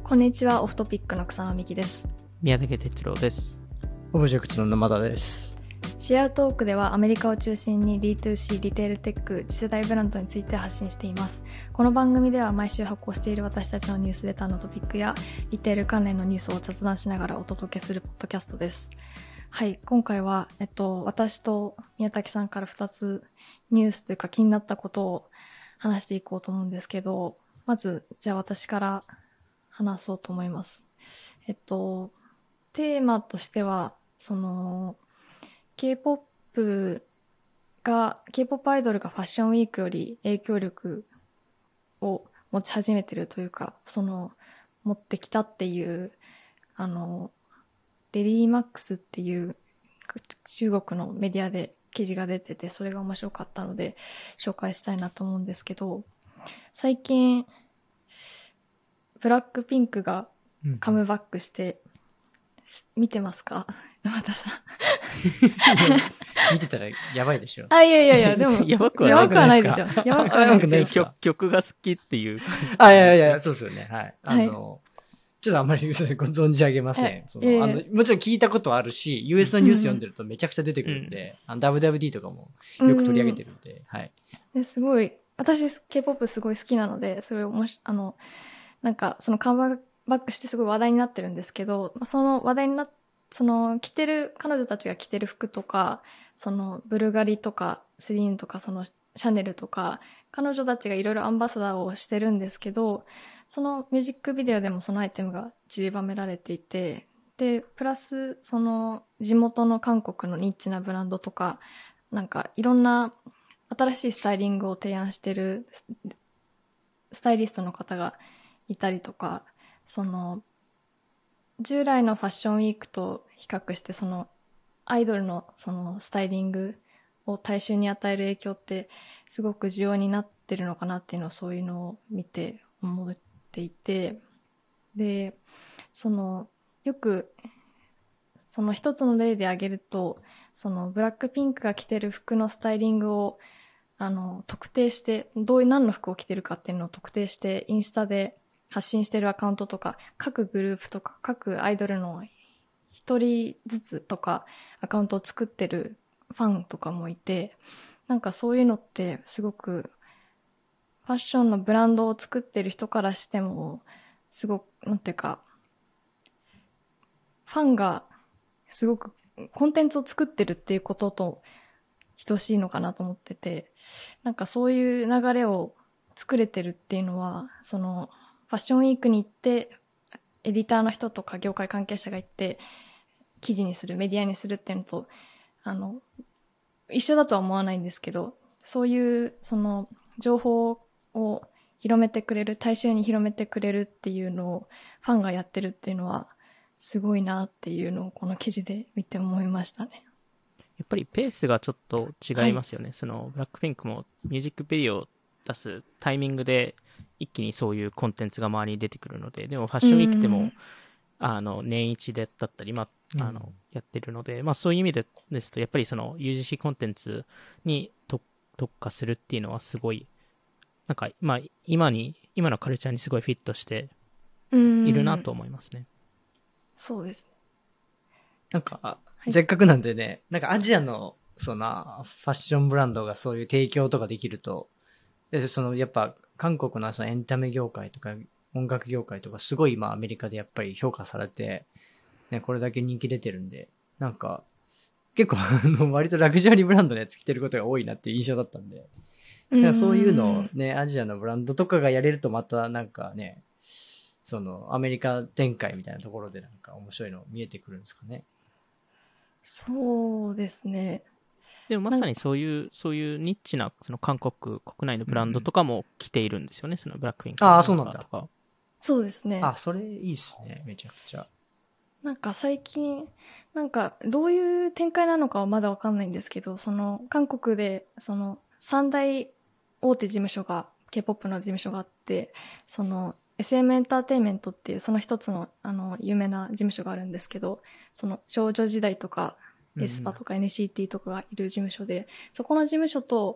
こんにちは、オフトピックの草野美希です。 宮武哲郎です。 オブジェクトの沼田です。 シェアトークではアメリカを中心に D2C リテールテック次世代ブランドについて発信しています。この番組では毎週発行している私たちのニュースレターのトピックやリテール関連のニュースを雑談しながらお届けするポッドキャストです。はい、今回は、私と宮武さんから2つニュースというか気になったことを話していこうと思うんですけど、まずじゃあ私から話そうと思います。テーマとしてはそのK-POP アイドルがファッションウィークより影響力を持ち始めてるというか、持ってきたっていうレディマックスっていう中国のメディアで記事が出てて、それが面白かったので紹介したいなと思うんですけど、最近ブラックピンクがカムバックして、見てますか沼田さん。 見てたらやばいでしょ。 いやでもやばくはないですよ。やばくはないですよ。 曲が好きっていう。 いや、そうですよね。はい。ちょっとあんまりご存じ上げません。もちろん聞いたことはあるし、US のニュース読んでるとめちゃくちゃ出てくるんで、WWD とかもよく取り上げてるんで、はい。 すごい、私 K-POP すごい好きなので、それをなんかそのカムバックしてすごい話題になってるんですけど、その話題に彼女たちが着てる服とか、ブルガリとかセリーヌとかシャネルとか、彼女たちがいろいろアンバサダーをしてるんですけど、そのミュージックビデオでもそのアイテムが散りばめられていて、でプラス地元の韓国のニッチなブランドとか、なんかいろんな新しいスタイリングを提案してるスタイリストの方がいたりとか、従来のファッションウィークと比較して、アイドルのスタイリングを大衆に与える影響ってすごく重要になってるのかなっていうのを、そういうのを見て思っていて、でよく一つの例で挙げると、ブラックピンクが着てる服のスタイリングを特定して、何の服を着てるかっていうのを特定してインスタで発信してるアカウントとか、各グループとか各アイドルの一人ずつとかアカウントを作ってるファンとかもいて、なんかそういうのってすごくファッションのブランドを作ってる人からしてもすごくなんていうか、ファンがすごくコンテンツを作ってるっていうことと等しいのかなと思ってて、なんかそういう流れを作れてるっていうのは、ファッションウィークに行ってエディターの人とか業界関係者が行って記事にする、メディアにするっていうのと一緒だとは思わないんですけど、そういう情報を広めてくれる、大衆に広めてくれるっていうのをファンがやってるっていうのはすごいなっていうのをこの記事で見て思いましたね。 やっぱりペースがちょっと違いますよね。ブラックピンクもミュージックビデオを出すタイミングで一気にそういうコンテンツが周りに出てくるので、でもファッションウィークでも、年一でだったり、やってるので、そういう意味ですと、やっぱりUGC コンテンツに特化するっていうのはすごい、なんか、今のカルチャーにすごいフィットしているなと思いますね。 そうですね。 なんか、せっかくなんでね、なんかアジアの、ファッションブランドがそういう提供とかできると、で、やっぱ、韓国のエンタメ業界とか、音楽業界とか、すごい今アメリカでやっぱり評価されて、ね、これだけ人気出てるんで、なんか、結構割とラグジュアリーブランドのやつ着てることが多いなっていう印象だったんで、なんかそういうのをね、アジアのブランドとかがやれるとまたなんかね、アメリカ展開みたいなところでなんか面白いの見えてくるんですかね。 そうですね。 でもまさにそういうニッチな韓国国内のブランドとかも着ているんですよね、ブラックピンクとか。 そうなんだ。 そうですね。 それいいっすね、めちゃくちゃ。 なんか最近、なんかどういう展開なのかはまだわかんないんですけど、韓国で三大大手事務所が、K-POP の事務所があって、SM エンターテインメントっていうその一つの有名な事務所があるんですけど、少女時代とかエスパとか NCT とかがいる事務所で、そこの事務所と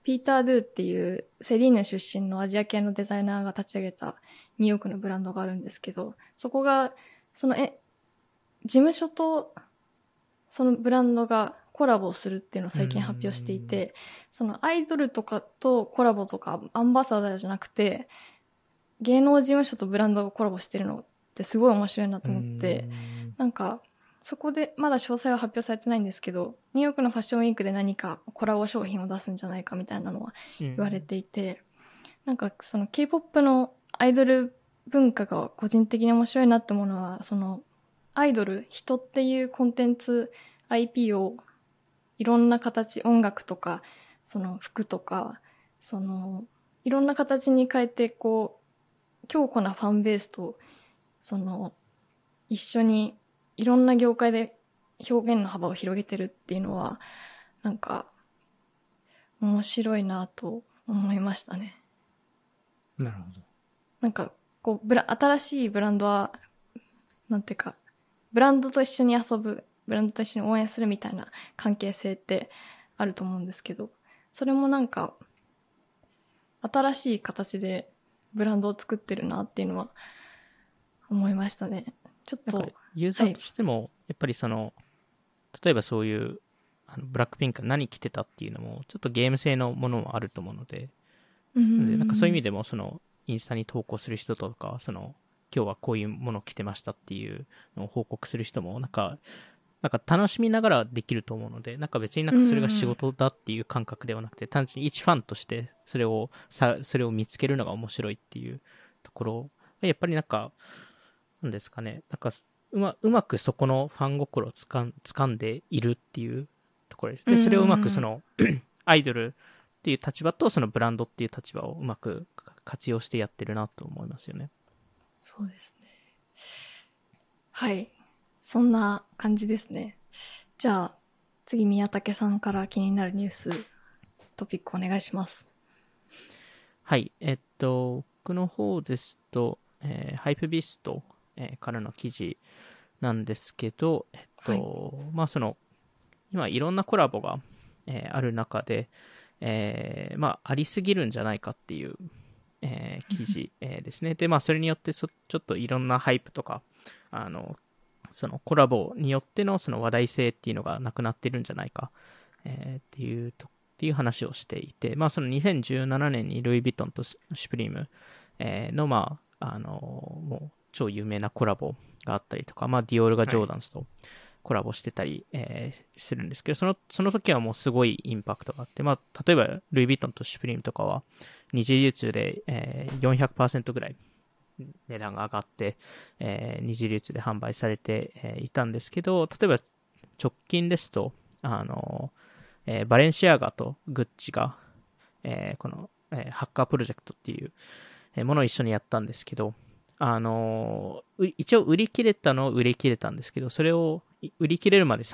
ピーター・ドゥっていうセリーヌ出身のアジア系のデザイナーが立ち上げたニューヨークのブランドがあるんですけど、そこが、その事務所とそのブランドがコラボするっていうのを最近発表していて、そのアイドルとかとコラボとかアンバサダーじゃなくて、芸能事務所とブランドがコラボしてるのってすごい面白いなと思って、なんかそこでまだ詳細は発表されてないんですけど、ニューヨークのファッションウィークで何かコラボ商品を出すんじゃないかみたいなのは言われていて、なんかその K-POP のアイドル文化が個人的に面白いなって思うのは、そのアイドル、人っていうコンテンツ IP をいろんな形、音楽とかその服とか、そのいろんな形に変えてこう強固なファンベースとその一緒にいろんな業界で表現の幅を広げてるっていうのはなんか面白いなと思いましたね。 なるほど。 なんかこう新しいブランドはなんていうかブランドと一緒に遊ぶ、ブランドと一緒に応援するみたいな関係性ってあると思うんですけど、それもなんか新しい形でブランドを作ってるなっていうのは思いましたね。ちょっとなんかユーザーとしても、やっぱりその、例えばそういうブラックピンクが何着てたっていうのもちょっとゲーム性のものもあると思うので、なんかそういう意味でもそのインスタに投稿する人とか、その今日はこういうものを着てましたっていうのを報告する人もなんか楽しみながらできると思うので、なんか別になんかそれが仕事だっていう感覚ではなくて、単純に一ファンとしてそれを見つけるのが面白いっていうところ、やっぱりなんかなんですかね、なんかうまくそこのファン心を掴んでいるっていうところです。で、それをうまくそのアイドルっていう立場とそのブランドっていう立場をうまく活用してやってるなと思いますよね。 そうですね。はい。そんな感じですね。じゃあ、次宮武さんから気になるニュース、トピックお願いします。 はい。僕の方ですと、ハイプビスト、からの記事なんですけど、まあその、今いろんなコラボが、ある中で、まあありすぎるんじゃないかっていう、記事、ですね。で、まあそれによってちょっといろんなハイプとか、そのコラボによってのその話題性っていうのがなくなってるんじゃないか、っていう話をしていて、まあその2017年にルイ・ヴィトンとシュプリーム、のまあもう超有名なコラボがあったりとか、まあディオールがジョーダンスとコラボしてたり、するんですけど、その時はもうすごいインパクトがあって、まあ例えばルイ・ヴィトンとシュプリームとかは二次流通で、400% ぐらい値段が上がって、二次流通で販売されて、いたんですけど、例えば直近ですと、バレンシアガとグッチが、この、ハッカープロジェクトっていうものを一緒にやったんですけど、一応売り切れたのを売り切れたんですけど、それを売り切れるまで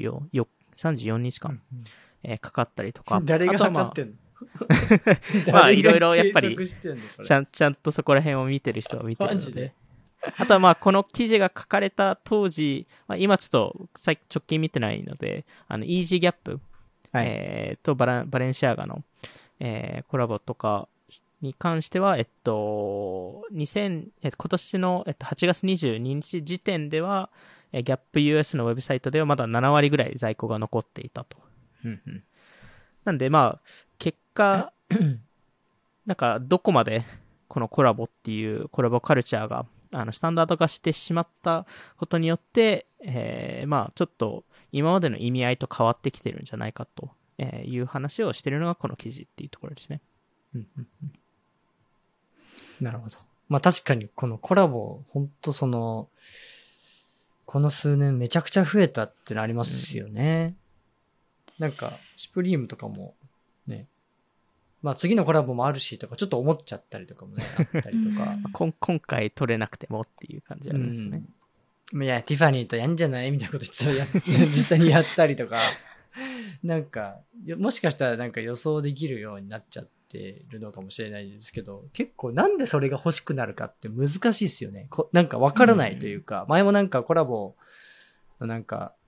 34日間、かかったりとか。 誰が測ってんの？ まあいろいろやっぱりちゃんとそこら辺を見てる人は見てるので、あとはまあこの記事が書かれた当時、まあ、今ちょっと直近見てないので、イージーギャップ、とバレンシアガの、コラボとかに関しては、今年の、8月22日時点では、ギャップ US のウェブサイトではまだ7割ぐらい在庫が残っていたと。なんでまあ結果なんかどこまでこのコラボっていうコラボカルチャーがスタンダード化してしまったことによって、まあちょっと今までの意味合いと変わってきてるんじゃないかという話をしてるのがこの記事っていうところですね。 なるほど。まあ確かにこのコラボ、本当そのこの数年めちゃくちゃ増えたってのありますよね。なんかシュプリームとかもね、まあ次のコラボもあるしとかちょっと思っちゃったりとかもねあったりとか今回取れなくてもっていう感じなんですね。 いやティファニーとやんじゃないみたいなこと言ったら実際にやったりとかなんかもしかしたらなんか予想できるようになっちゃってるのかもしれないですけど、結構なんでそれが欲しくなるかって難しいですよね。なんかわからないというか、前もなんかコラボのなんか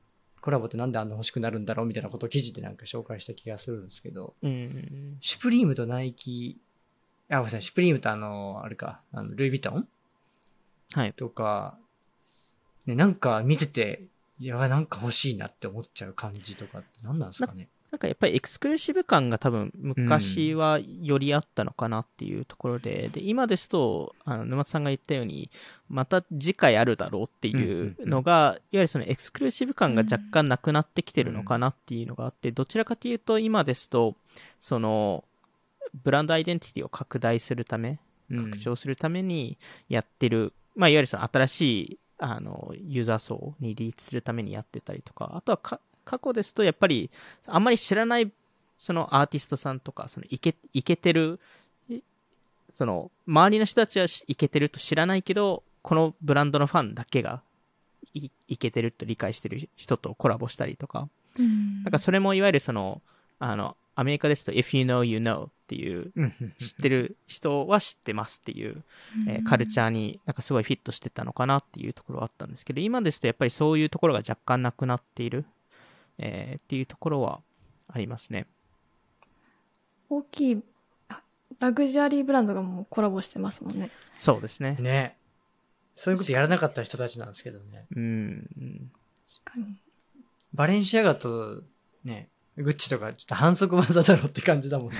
コラボってなんであんな欲しくなるんだろうみたいなことを記事でなんか紹介した気がするんですけど、シュプリームとナイキ、ごめんなさい、シュプリームとあれか、ルイ・ヴィトンはい。 とか、ね、なんか見てて、やばい、なんか欲しいなって思っちゃう感じとかって何なんですかね。 なんかやっぱりエクスクルーシブ感が多分昔はよりあったのかなっていうところで、で、今ですと、沼津さんが言ったように、また次回あるだろうっていうのが、いわゆるそのエクスクルーシブ感が若干なくなってきてるのかなっていうのがあって、どちらかというと今ですと、その、ブランドアイデンティティを拡大するため、拡張するためにやってる、まあ、いわゆるその新しい、ユーザー層にリーチするためにやってたりとか、あとは過去ですと、やっぱり、あんまり知らない、そのアーティストさんとか、そのイケてる、その、周りの人たちはイケてると知らないけど、このブランドのファンだけがイケてると理解してる人とコラボしたりとか、なんかそれもいわゆるその、アメリカですと If you know, you know っていう知ってる人は知ってますっていう、カルチャーになんかすごいフィットしてたのかなっていうところはあったんですけど、今ですとやっぱりそういうところが若干なくなっている、っていうところはありますね。 大きいラグジュアリーブランドがもうコラボしてますもんね。 そうですね。 ね。そういうことやらなかった人たちなんですけどね。 確かに。 バレンシアガとね、グッチとかちょっと反則技だろって感じだもんね。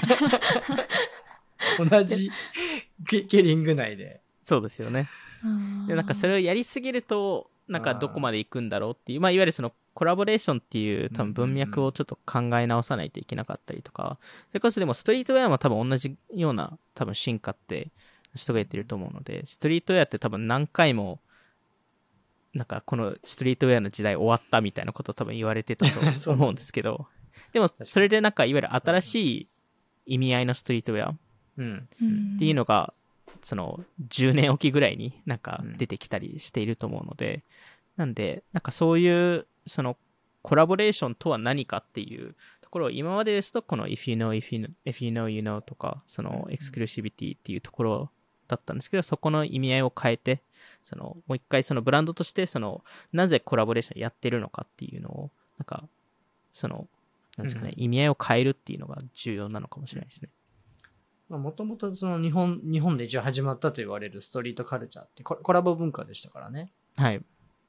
同じケリング内で。 そうですよね。でなんかそれをやりすぎると、なんかどこまで行くんだろうっていう、まあいわゆるそのコラボレーションっていう多分文脈をちょっと考え直さないといけなかったりとか、それこそでもストリートウェアも多分同じような多分進化って人が言ってると思うので、ストリートウェアって多分何回もなんかこのストリートウェアの時代終わったみたいなことを多分言われてたと思うんですけど、でもそれでなんかいわゆる新しい意味合いのストリートウェアっていうのがその10年おきぐらいになんか出てきたりしていると思うので、なんでなんかそういうそのコラボレーションとは何かっていうところを今までですとこの If you know, you know とかそのエクスクルーシビティっていうところだったんですけど、そこの意味合いを変えて、そのもう一回そのブランドとしてそのなぜコラボレーションやってるのかっていうのをなんかそのなんですかね、意味合いを変えるっていうのが重要なのかもしれないですね。 もともとその日本で一応始まったと言われるストリートカルチャーってコラボ文化でしたからね。 はい。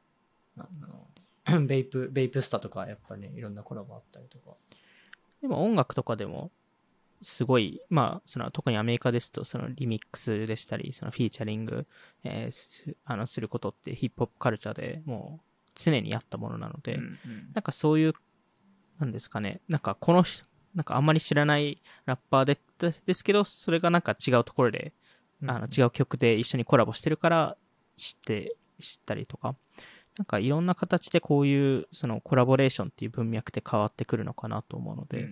ベイプスタとかやっぱりね、いろんなコラボあったりとか。 でも音楽とかでもすごい、まあその特にアメリカですとそのリミックスでしたり、そのフィーチャリング、することってヒップホップカルチャーでもう常にあったものなので、なんかそういうなんですかね、なんかなんかあんまり知らないラッパーですけど、それがなんか違うところで、違う曲で一緒にコラボしてるから知ったりとか、なんかいろんな形でこういうそのコラボレーションっていう文脈って変わってくるのかなと思うので、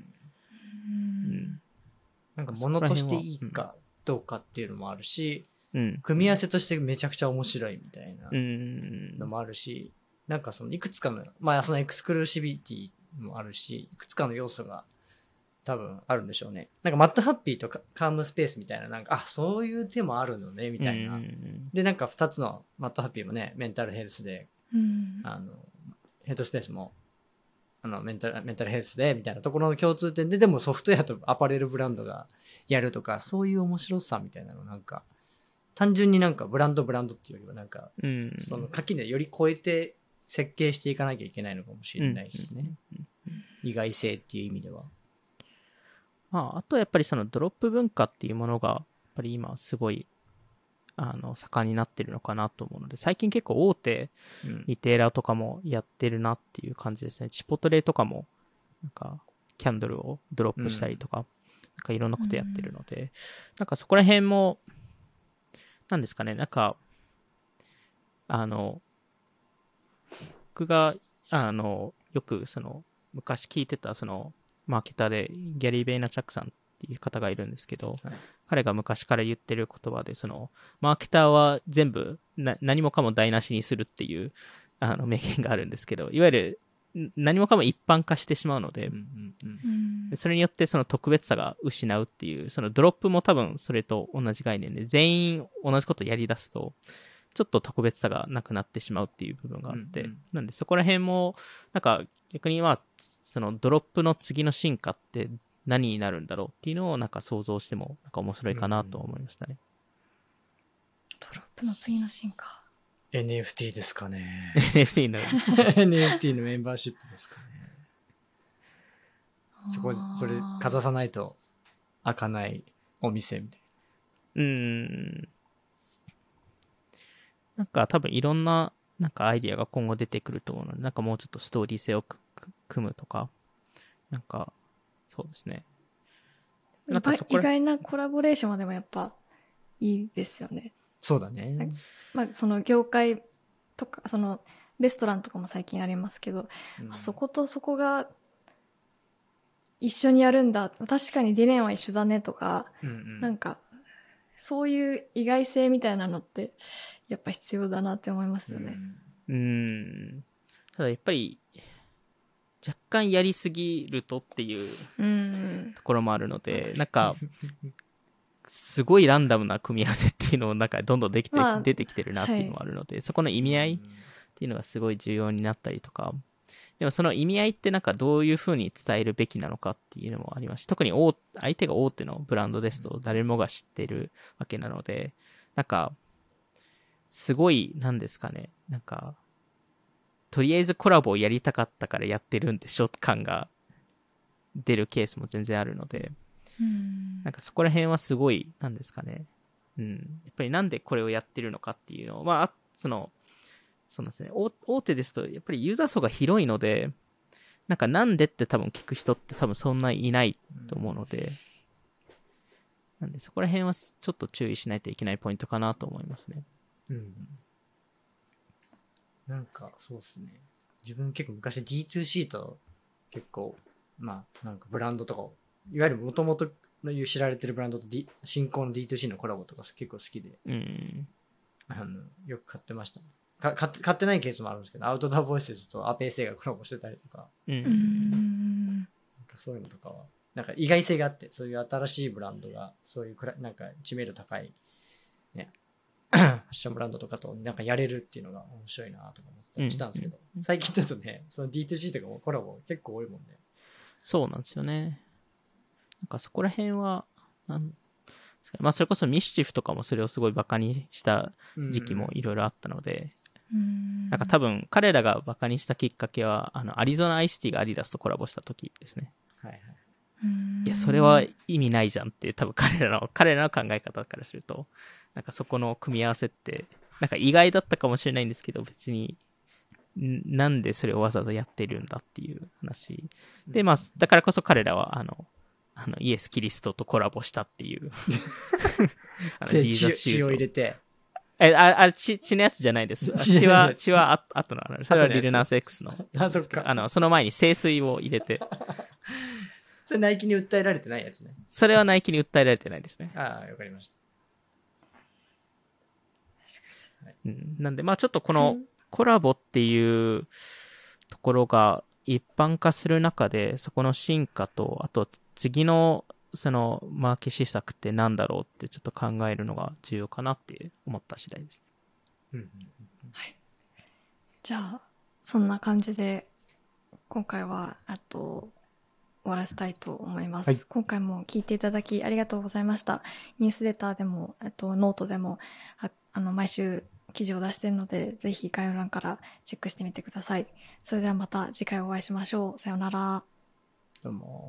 なんか物としていいかどうかっていうのもあるし、組み合わせとしてめちゃくちゃ面白いみたいなのもあるし、なんかそのいくつかの、まあそのエクスクルーシビティもあるし、いくつかの要素が多分あるんでしょうね。なんかマットハッピーとカームスペースみたいな、なんか、そういう手もあるのね、みたいな。で、なんか2つのマットハッピーもね、メンタルヘルスで、ヘッドスペースも、メンタルヘルスで、みたいなところの共通点で、でもソフトウェアとアパレルブランドがやるとか、そういう面白さみたいなの、なんか、単純になんかブランドっていうよりは、なんか、その垣根より超えて設計していかなきゃいけないのかもしれないですね。意外性っていう意味では。 まあ、あとやっぱりそのドロップ文化っていうものが、やっぱり今すごい、盛んになってるのかなと思うので、最近結構大手リテーラーとかもやってるなっていう感じですね。チポトレとかも、なんか、キャンドルをドロップしたりとか、なんかいろんなことやってるので、なんかそこら辺も、なんですかね、なんか、僕が、よくその、昔聞いてたその、マーケターでギャリー・ベイナチャックさんっていう方がいるんですけど、彼が昔から言ってる言葉で、そのマーケターは全部何もかも台無しにするっていう名言があるんですけど、いわゆる何もかも一般化してしまうので、それによってその特別さが失うっていう、そのドロップも多分それと同じ概念で、全員同じことやり出すと、 ちょっと特別さがなくなってしまうっていう部分があって、 うんうんなんでそこら辺も、なんか逆にそのドロップの次の進化って何になるんだろうっていうのをなんか想像してもなんか面白いかなと思いましたね。 ドロップの次の進化。 NFT ですかね。 NFT になるんですか？ NFT のメンバーシップですかね。それかざさないと開かないお店みたいなんか多分いろんななんかアイディアが今後出てくると思うので、なんかもうちょっとストーリー性を組むとか、なんかそうですね。なんかそこら意外なコラボレーションはでもやっぱいいですよね。 そうだね。 まあその業界とかそのレストランとかも最近ありますけど、 うんそことそこが一緒にやるんだ、確かに理念は一緒だねとか、 うんうんなんかそういう意外性みたいなのってやっぱ必要だなって思いますよね。 ただやっぱり若干やりすぎるとっていうところもあるので、なんかすごいランダムな組み合わせっていうのをなんかどんどん出てきてるなっていうのもあるので、そこの意味合いっていうのがすごい重要になったりとか、でもその意味合いってなんかどういう風に伝えるべきなのかっていうのもありますし、特に相手が大手のブランドですと誰もが知ってるわけなので、なんかすごいなんですかね、なんかとりあえずコラボをやりたかったからやってるんでしょ感が出るケースも全然あるので、なんかそこら辺はすごいなんですかね、やっぱりなんでこれをやってるのかっていうのを、そうですね、大手ですとやっぱりユーザー層が広いので、なんでって多分聞く人って多分そんないないと思うので、なんでそこら辺はちょっと注意しないといけないポイントかなと思いますね。 なんかそうですね。自分結構昔 D2C と結構なんかブランドとかをいわゆるもともとの知られてるブランドと、新興の D2C のコラボとか結構好きで、よく買ってましたね。買ってないケースもあるんですけど、アウトドアボイスとアペーセイがコラボしてたりとか、なんかそういうのとかはなんか意外性があって、そういう新しいブランドがそういうなんか知名度高いねファッションブランドとかとなんかやれるっていうのが面白いなとか思ってたりしたんですけど、最近だとね、その D2C とかもコラボ結構多いもんね。 そうなんですよね。なんかそこら辺はそれこそミッシフとかもそれをすごいバカにした時期もいろいろあったので、なんか多分彼らがバカにしたきっかけはアリゾナアイシティがアディダスとコラボした時ですね。いやそれは意味ないじゃんっていう、多分彼らの考え方からすると、なんかそこの組み合わせってなんか意外だったかもしれないんですけど、別になんでそれをわざわざやってるんだっていう話で、だからこそ彼らはイエス・キリストとコラボしたっていう血を入れて、 あれ血のやつじゃないです。血は後の話。それはリルナース X の。 そっか。 その前に聖水を入れて。 それナイキに訴えられてないやつね。 それはナイキに訴えられてないですね。 ああ、わかりました。 なんで、ちょっとこのコラボっていうところが一般化する中で、そこの進化と、あと次のそのマーケ施策ってなんだろうってちょっと考えるのが重要かなって思った次第です。 はい。じゃあそんな感じで今回は終わらせたいと思います。今回も聞いていただきありがとうございました。ニュースレターでもノートでも毎週記事を出しているので、ぜひ概要欄からチェックしてみてください。それではまた次回お会いしましょう。さようなら。 どうも。